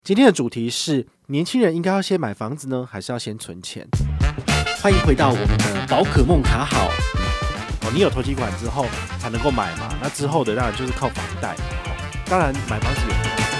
今天的主题是：年轻人应该要先买房子呢，还是要先存钱？欢迎回到我们的宝可梦卡好。你有头期款之后才能够买嘛？那之后的当然就是靠房贷。当然买房子有。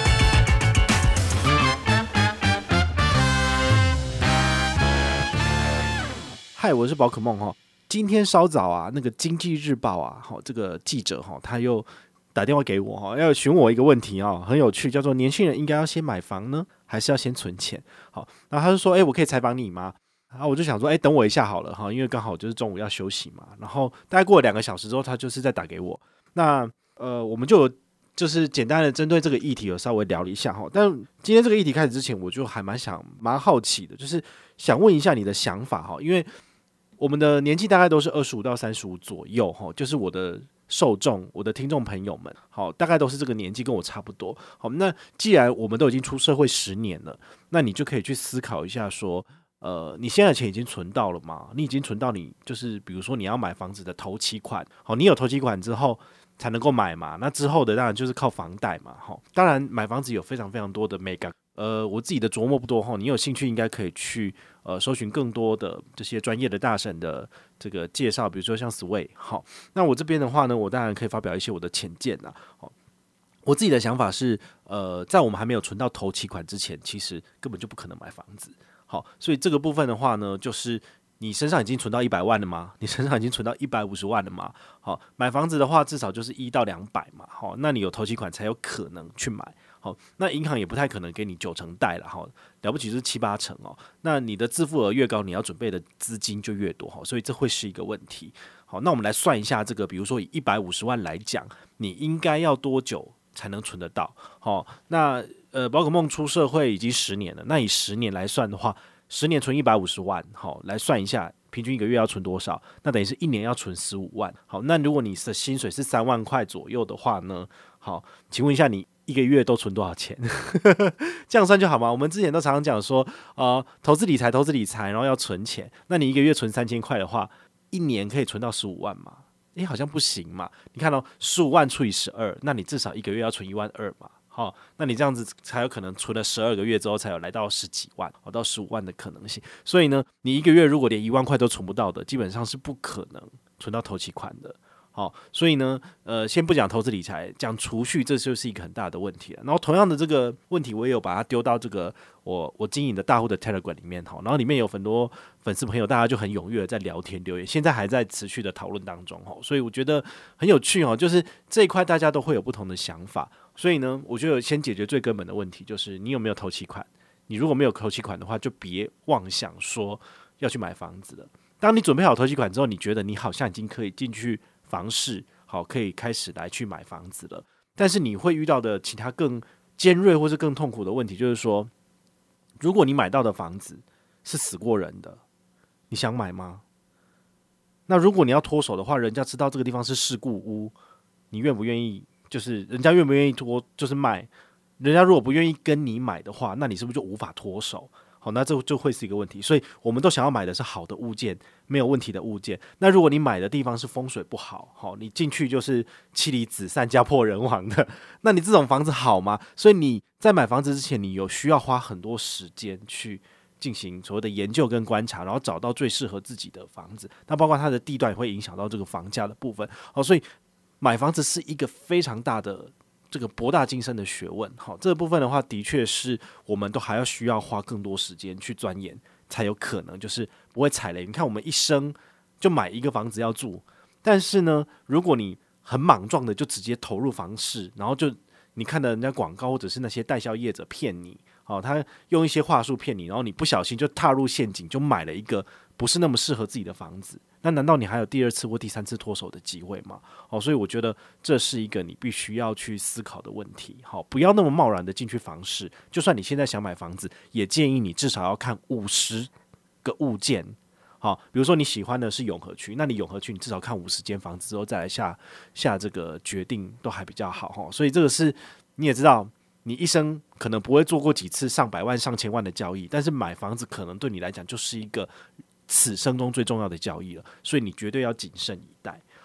嗨，我是宝可梦哈。今天稍早啊，那个经济日报啊，这个记者他又打电话给我要询我一个问题很有趣，叫做年轻人应该要先买房呢，还是要先存钱？好，然后他就说，我可以采访你吗？然后我就想说，等我一下好了因为刚好就是中午要休息嘛。然后大概过了2个小时之后，他就是在打给我。那我们就是简单的针对这个议题有稍微聊了一下但今天这个议题开始之前，我就还蛮好奇的，就是想问一下你的想法因为我们的年纪大概都是25到35左右就是我的受众，我的听众朋友们大概都是这个年纪，跟我差不多那既然我们都已经出社会10年了，那你就可以去思考一下说你现在的钱已经存到了吗？你已经存到你就是比如说你要买房子的头期款你有头期款之后才能够买嘛，那之后的当然就是靠房贷嘛当然买房子有非常非常多的美感我自己的琢磨不多你有兴趣应该可以去搜寻更多的这些专业的大神的这个介绍，比如说像 Sway 那我这边的话呢，我当然可以发表一些我的浅见我自己的想法是在我们还没有存到头期款之前，其实根本就不可能买房子所以这个部分的话呢，就是你身上已经存到100万了吗？你身上已经存到150万了吗？买房子的话至少就是1到200嘛那你有头期款才有可能去买那银行也不太可能给你90%贷了了不起就是7、8成那你的自付额越高，你要准备的资金就越多所以这会是一个问题那我们来算一下这个，比如说以150万来讲，你应该要多久才能存得到那宝可梦出社会已经10年了，那以10年来算的话，10年存150万来算一下平均1个月要存多少，那等于是1年要存15万那如果你的薪水是3万块左右的话呢请问一下你1个月都存多少钱？这样算就好吗？我们之前都常常讲说投资理财，然后要存钱，那你1个月存3000块的话，1年可以存到15万吗？好像不行嘛。你看15万除以12，那你至少1个月要存1万2嘛那你这样子才有可能存了12个月之后才有来到10几万到15万的可能性。所以呢，你1个月如果连1万块都存不到的，基本上是不可能存到头期款的所以呢先不讲投资理财，讲储蓄，这就是一个很大的问题了。然后同样的这个问题，我也有把它丢到这个我经营的大户的 Telegram 里面然后里面有很多粉丝朋友，大家就很踊跃的在聊天留言，现在还在持续的讨论当中所以我觉得很有趣就是这一块大家都会有不同的想法。所以呢，我觉得先解决最根本的问题，就是你有没有头期款。你如果没有头期款的话，就别妄想说要去买房子了。当你准备好头期款之后，你觉得你好像已经可以进去房市可以开始来去买房子了，但是你会遇到的其他更尖锐或是更痛苦的问题，就是说如果你买到的房子是死过人的，你想买吗？那如果你要脱手的话，人家知道这个地方是事故屋，你愿不愿意？就是人家愿不愿意脱，就是卖。人家如果不愿意跟你买的话，那你是不是就无法脱手？那这就会是一个问题。所以我们都想要买的是好的物件，没有问题的物件。那如果你买的地方是风水不好你进去就是妻离子散、家破人亡的，那你这种房子好吗？所以你在买房子之前，你有需要花很多时间去进行所谓的研究跟观察，然后找到最适合自己的房子。那包括它的地段也会影响到这个房价的部分所以买房子是一个非常大的这个博大精深的学问这个部分的话，的确是我们都还要需要花更多时间去钻研，才有可能就是不会踩雷。你看我们一生就买一个房子要住，但是呢，如果你很莽撞的就直接投入房市，然后就你看到人家广告或者是那些代销业者骗你他用一些话术骗你，然后你不小心就踏入陷阱，就买了一个不是那么适合自己的房子，那难道你还有第2次或第3次脱手的机会吗？所以我觉得这是一个你必须要去思考的问题不要那么贸然的进去房市。就算你现在想买房子，也建议你至少要看50个物件比如说你喜欢的是永和区，那你永和区你至少看50间房子之后再来下这个决定都还比较好所以这个是你也知道，你一生可能不会做过几次上百万上千万的交易，但是买房子可能对你来讲就是一个此生中最重要的交易了，所以你绝对要谨慎以待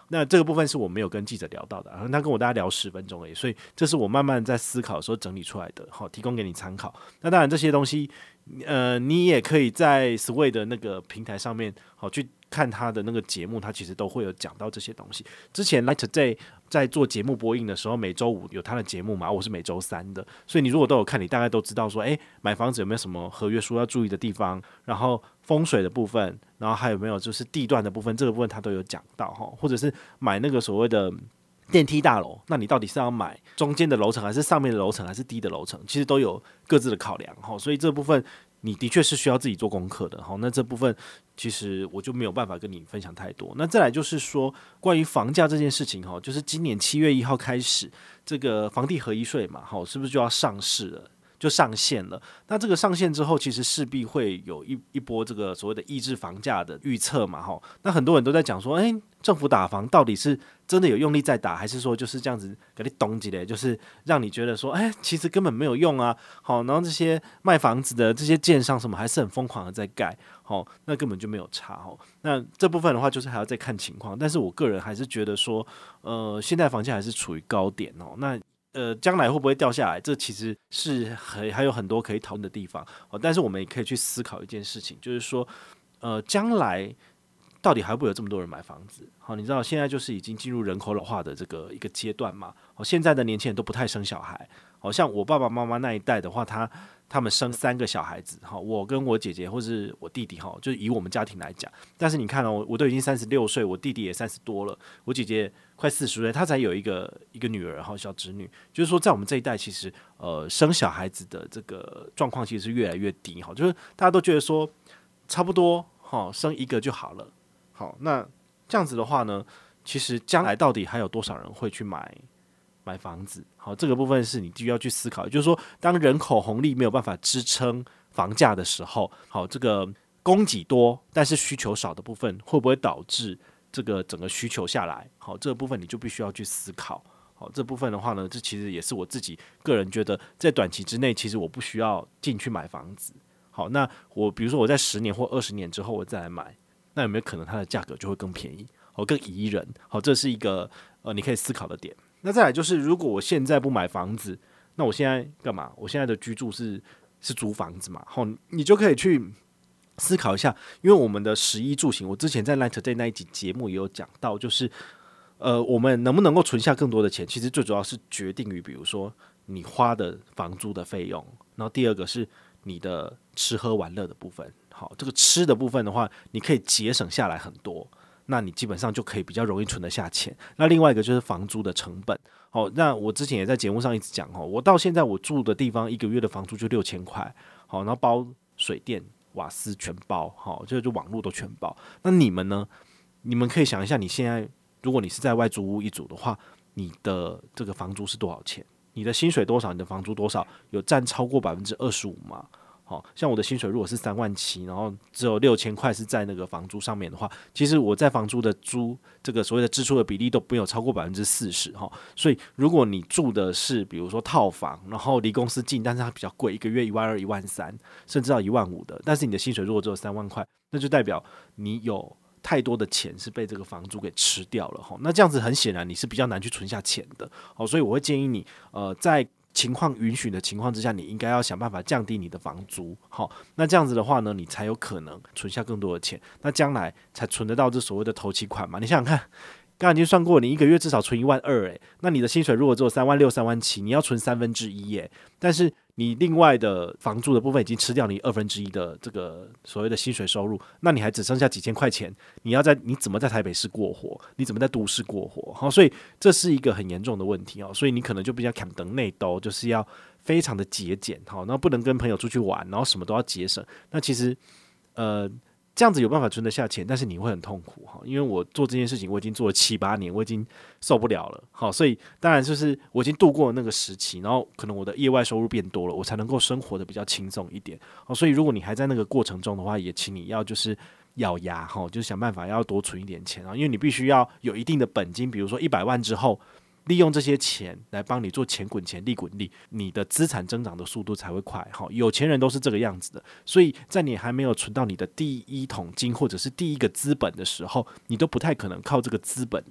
那这个部分是我没有跟记者聊到的，他跟我大概聊10分钟而已，所以这是我慢慢在思考的时候整理出来的，好，提供给你参考。那当然这些东西，你也可以在 Sway 的那个平台上面，好去看他的那个节目，他其实都会有讲到这些东西。之前 Light Today 在做节目播映的时候，每周5有他的节目嘛，我是每周3的，所以你如果都有看，你大概都知道说，买房子有没有什么合约书要注意的地方，然后风水的部分，然后还有没有就是地段的部分，这个部分他都有讲到哈，或者是买那个所谓的电梯大楼，那你到底是要买中间的楼层，还是上面的楼层，还是低的楼层？其实都有各自的考量哈，所以这部分你的确是需要自己做功课的哈。那这部分其实我就没有办法跟你分享太多。那再来就是说，关于房价这件事情哈，就是今年7月1号开始，这个房地合一税嘛，哈，是不是就要上市了？就上线了。那这个上线之后，其实势必会有一波这个所谓的抑制房价的预测嘛，哈。那很多人都在讲说，政府打房到底是真的有用力在打，还是说就是这样子给你咚起来，就是让你觉得说，其实根本没有用啊。好，然后这些卖房子的这些建商什么还是很疯狂的在盖，好，那根本就没有差哈。那这部分的话，就是还要再看情况。但是我个人还是觉得说，现在房价还是处于高点哦。那将来会不会掉下来？这其实是还有很多可以讨论的地方。但是我们也可以去思考一件事情，就是说，将来到底还会不会有这么多人买房子？好，你知道现在就是已经进入人口老化的这个一个阶段嘛。现在的年轻人都不太生小孩。好像我爸爸妈妈那一代的话，他们生3个小孩子，我跟我姐姐或是我弟弟，就以我们家庭来讲。但是你看我都已经36岁，我弟弟也30多了，我姐姐快40岁，她才有一个女儿，小侄女。就是说，在我们这一代，其实生小孩子的这个状况其实是越来越低，就是大家都觉得说差不多，生1个就好了。好，那这样子的话呢，其实将来到底还有多少人会去买房子？好，这个部分是你就要去思考，就是说，当人口红利没有办法支撑房价的时候，好，这个供给多但是需求少的部分，会不会导致这个整个需求下来？好，这个部分你就必须要去思考。好，这部分的话呢，这其实也是我自己个人觉得，在短期之内，其实我不需要进去买房子。好，那我比如说我在10年或20年之后我再来买，那有没有可能它的价格就会更便宜？更宜人？好，这是一个你可以思考的点。那再来就是，如果我现在不买房子，那我现在干嘛？我现在的居住是租房子嘛？好，你就可以去思考一下，因为我们的食衣住行，我之前在 Light Today 那一集节目也有讲到，就是我们能不能够存下更多的钱，其实最主要是决定于，比如说你花的房租的费用，然后第二个是你的吃喝玩乐的部分。好，这个吃的部分的话，你可以节省下来很多。那你基本上就可以比较容易存得下钱。那另外一个就是房租的成本。好，那我之前也在节目上一直讲，我到现在我住的地方1个月的房租就6000块，好，然后包水电瓦斯全包，好，就网络都全包。那你们呢？你们可以想一下，你现在如果你是在外租屋一族的话，你的这个房租是多少钱？你的薪水多少？你的房租多少？有占超过25%吗？好，像我的薪水如果是3万7，然后只有6000块是在那个房租上面的话，其实我在房租的这个所谓的支出的比例都没有超过40%哈。所以如果你住的是比如说套房，然后离公司近，但是它比较贵，1个月12000、13000，甚至到15000的，但是你的薪水如果只有3万块，那就代表你有太多的钱是被这个房租给吃掉了哈。那这样子很显然你是比较难去存下钱的。好，所以我会建议你在情况允许的情况之下，你应该要想办法降低你的房租。好，那这样子的话呢，你才有可能存下更多的钱，那将来才存得到这所谓的头期款嘛。你想想看，刚刚已经算过，你1个月至少存12000，那你的薪水如果只有36000、37000，你要存1/3，但是你另外的房租的部分已经吃掉你1/2的这个所谓的薪水收入，那你还只剩下几千块钱，你怎么在台北市过活？你怎么在都市过活？好，所以这是一个很严重的问题哦。所以你可能就比较砍等内兜，就是要非常的节俭，好，那不能跟朋友出去玩，然后什么都要节省。那其实这样子有办法存得下钱，但是你会很痛苦哈，因为我做这件事情我已经做了7、8年，我已经受不了了。好，所以当然就是我已经度过了那个时期，然后可能我的业外收入变多了，我才能够生活的比较轻松一点。好，所以如果你还在那个过程中的话，也请你要就是咬牙哈，就是想办法要多存一点钱啊，因为你必须要有一定的本金，比如说100万之后，利用这些钱来帮你做钱滚钱、利滚利，你的资产增长的速度才会快。有钱人都是这个样子的，所以在你还没有存到你的第一桶金或者是第一个资本的时候，你都不太可能靠这个资本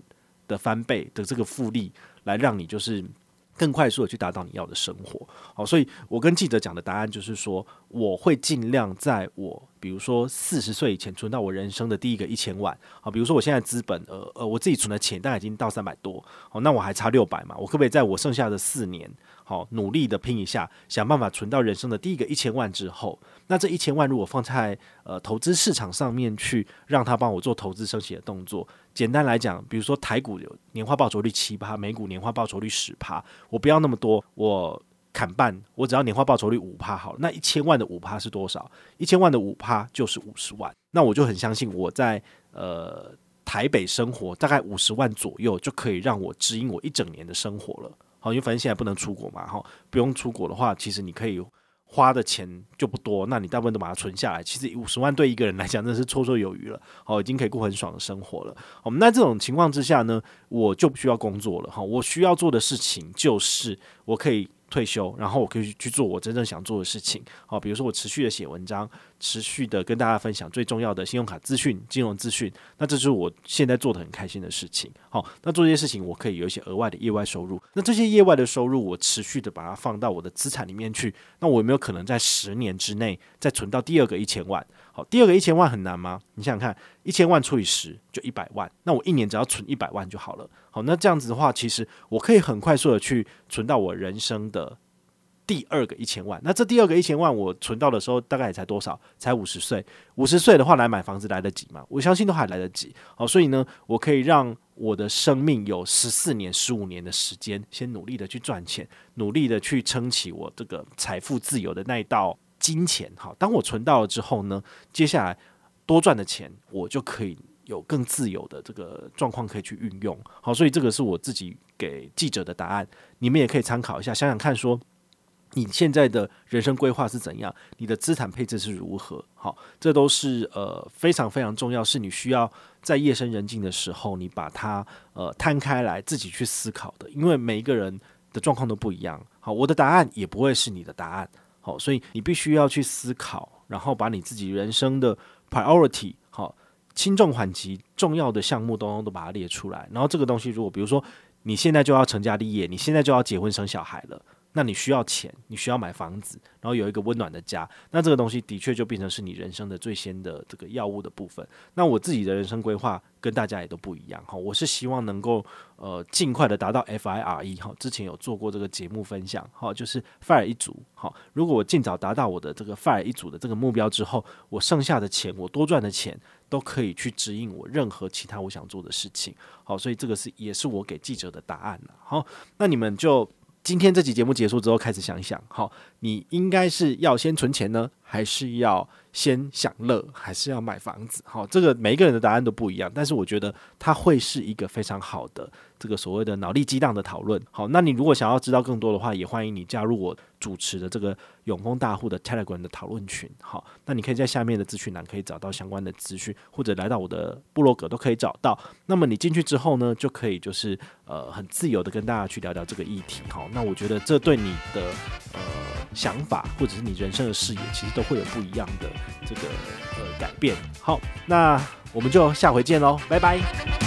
的翻倍的这个复利，来让你就是更快速的去达到你要的生活。好，所以我跟记者讲的答案就是说，我会尽量在我比如说40岁以前存到我人生的第一个1000万。好，比如说我现在资本我自己存的钱大概已经到300多，好，那我还差600嘛，我可不可以在我剩下的4年，好，努力的拼一下，想办法存到人生的第一个1000万之后，那这1000万如果放在投资市场上面去，让他帮我做投资升息的动作。简单来讲，比如说台股有年化报酬率7%，美股年化报酬率10%，我不要那么多，我砍半，我只要年化报酬率5%好了。那1000万的5%是多少？1000万的5%就是50万。那我就很相信我在台北生活大概50万左右，就可以让我指引我一整年的生活了。好，因为反正现在不能出国嘛，不用出国的话，其实你可以花的钱就不多，那你大部分都把它存下来，其实50万对一个人来讲真的是绰绰有余了，已经可以过很爽的生活了。那这种情况之下呢，我就不需要工作了，我需要做的事情就是我可以退休，然后我可以去做我真正想做的事情。好，比如说我持续的写文章，持续的跟大家分享最重要的信用卡资讯、金融资讯，那这就是我现在做的很开心的事情。好，那做这些事情我可以有一些额外的业外收入，那这些业外的收入我持续的把它放到我的资产里面去，那我有没有可能在10年之内再存到第二个1000万？好，第二个1000万很难吗？你想想看，1000万除以10就100万，那我一年只要存100万就好了。好，那这样子的话，其实我可以很快速的去存到我人生的第二个1000万。那这第二个1000万我存到的时候大概也才多少？才50岁。50岁的话来买房子来得及吗？我相信都还来得及。好，所以呢，我可以让我的生命有14年、15年的时间，先努力的去赚钱，努力的去撑起我这个财富自由的那一道金钱。好，当我存到了之后呢，接下来多赚的钱，我就可以有更自由的这个状况可以去运用。好，所以这个是我自己给记者的答案，你们也可以参考一下，想想看说你现在的人生规划是怎样，你的资产配置是如何。好，这都是非常非常重要，是你需要在夜深人静的时候，你把它摊开来自己去思考的，因为每一个人的状况都不一样。好，我的答案也不会是你的答案。好，所以你必须要去思考，然后把你自己人生的 priority 好，轻重缓急重要的项目都把它列出来。然后这个东西，如果比如说你现在就要成家立业，你现在就要结婚生小孩了，那你需要钱，你需要买房子，然后有一个温暖的家，那这个东西的确就变成是你人生的最先的这个要务的部分。那我自己的人生规划跟大家也都不一样，我是希望能够尽快的达到 FIRE， 之前有做过这个节目分享，就是 FIRE 一族。如果我尽早达到我的这个 FIRE 一族的这个目标之后，我剩下的钱，我多赚的钱都可以去指引我任何其他我想做的事情。好，所以这个也是我给记者的答案。好，那你们就今天这期节目结束之后，开始想一想，好，你应该是要先存钱呢，还是要先享乐，还是要买房子？好，这个每一个人的答案都不一样，但是我觉得它会是一个非常好的这个所谓的脑力激荡的讨论。好，那你如果想要知道更多的话，也欢迎你加入我主持的这个永丰大户的 Telegram 的讨论群。好，那你可以在下面的资讯栏可以找到相关的资讯，或者来到我的部落格都可以找到。那么你进去之后呢，就可以就是很自由的跟大家去聊聊这个议题。好，那我觉得这对你的想法或者是你人生的视野，其实都会有不一样的这个改变。好，那我们就下回见喽，拜拜。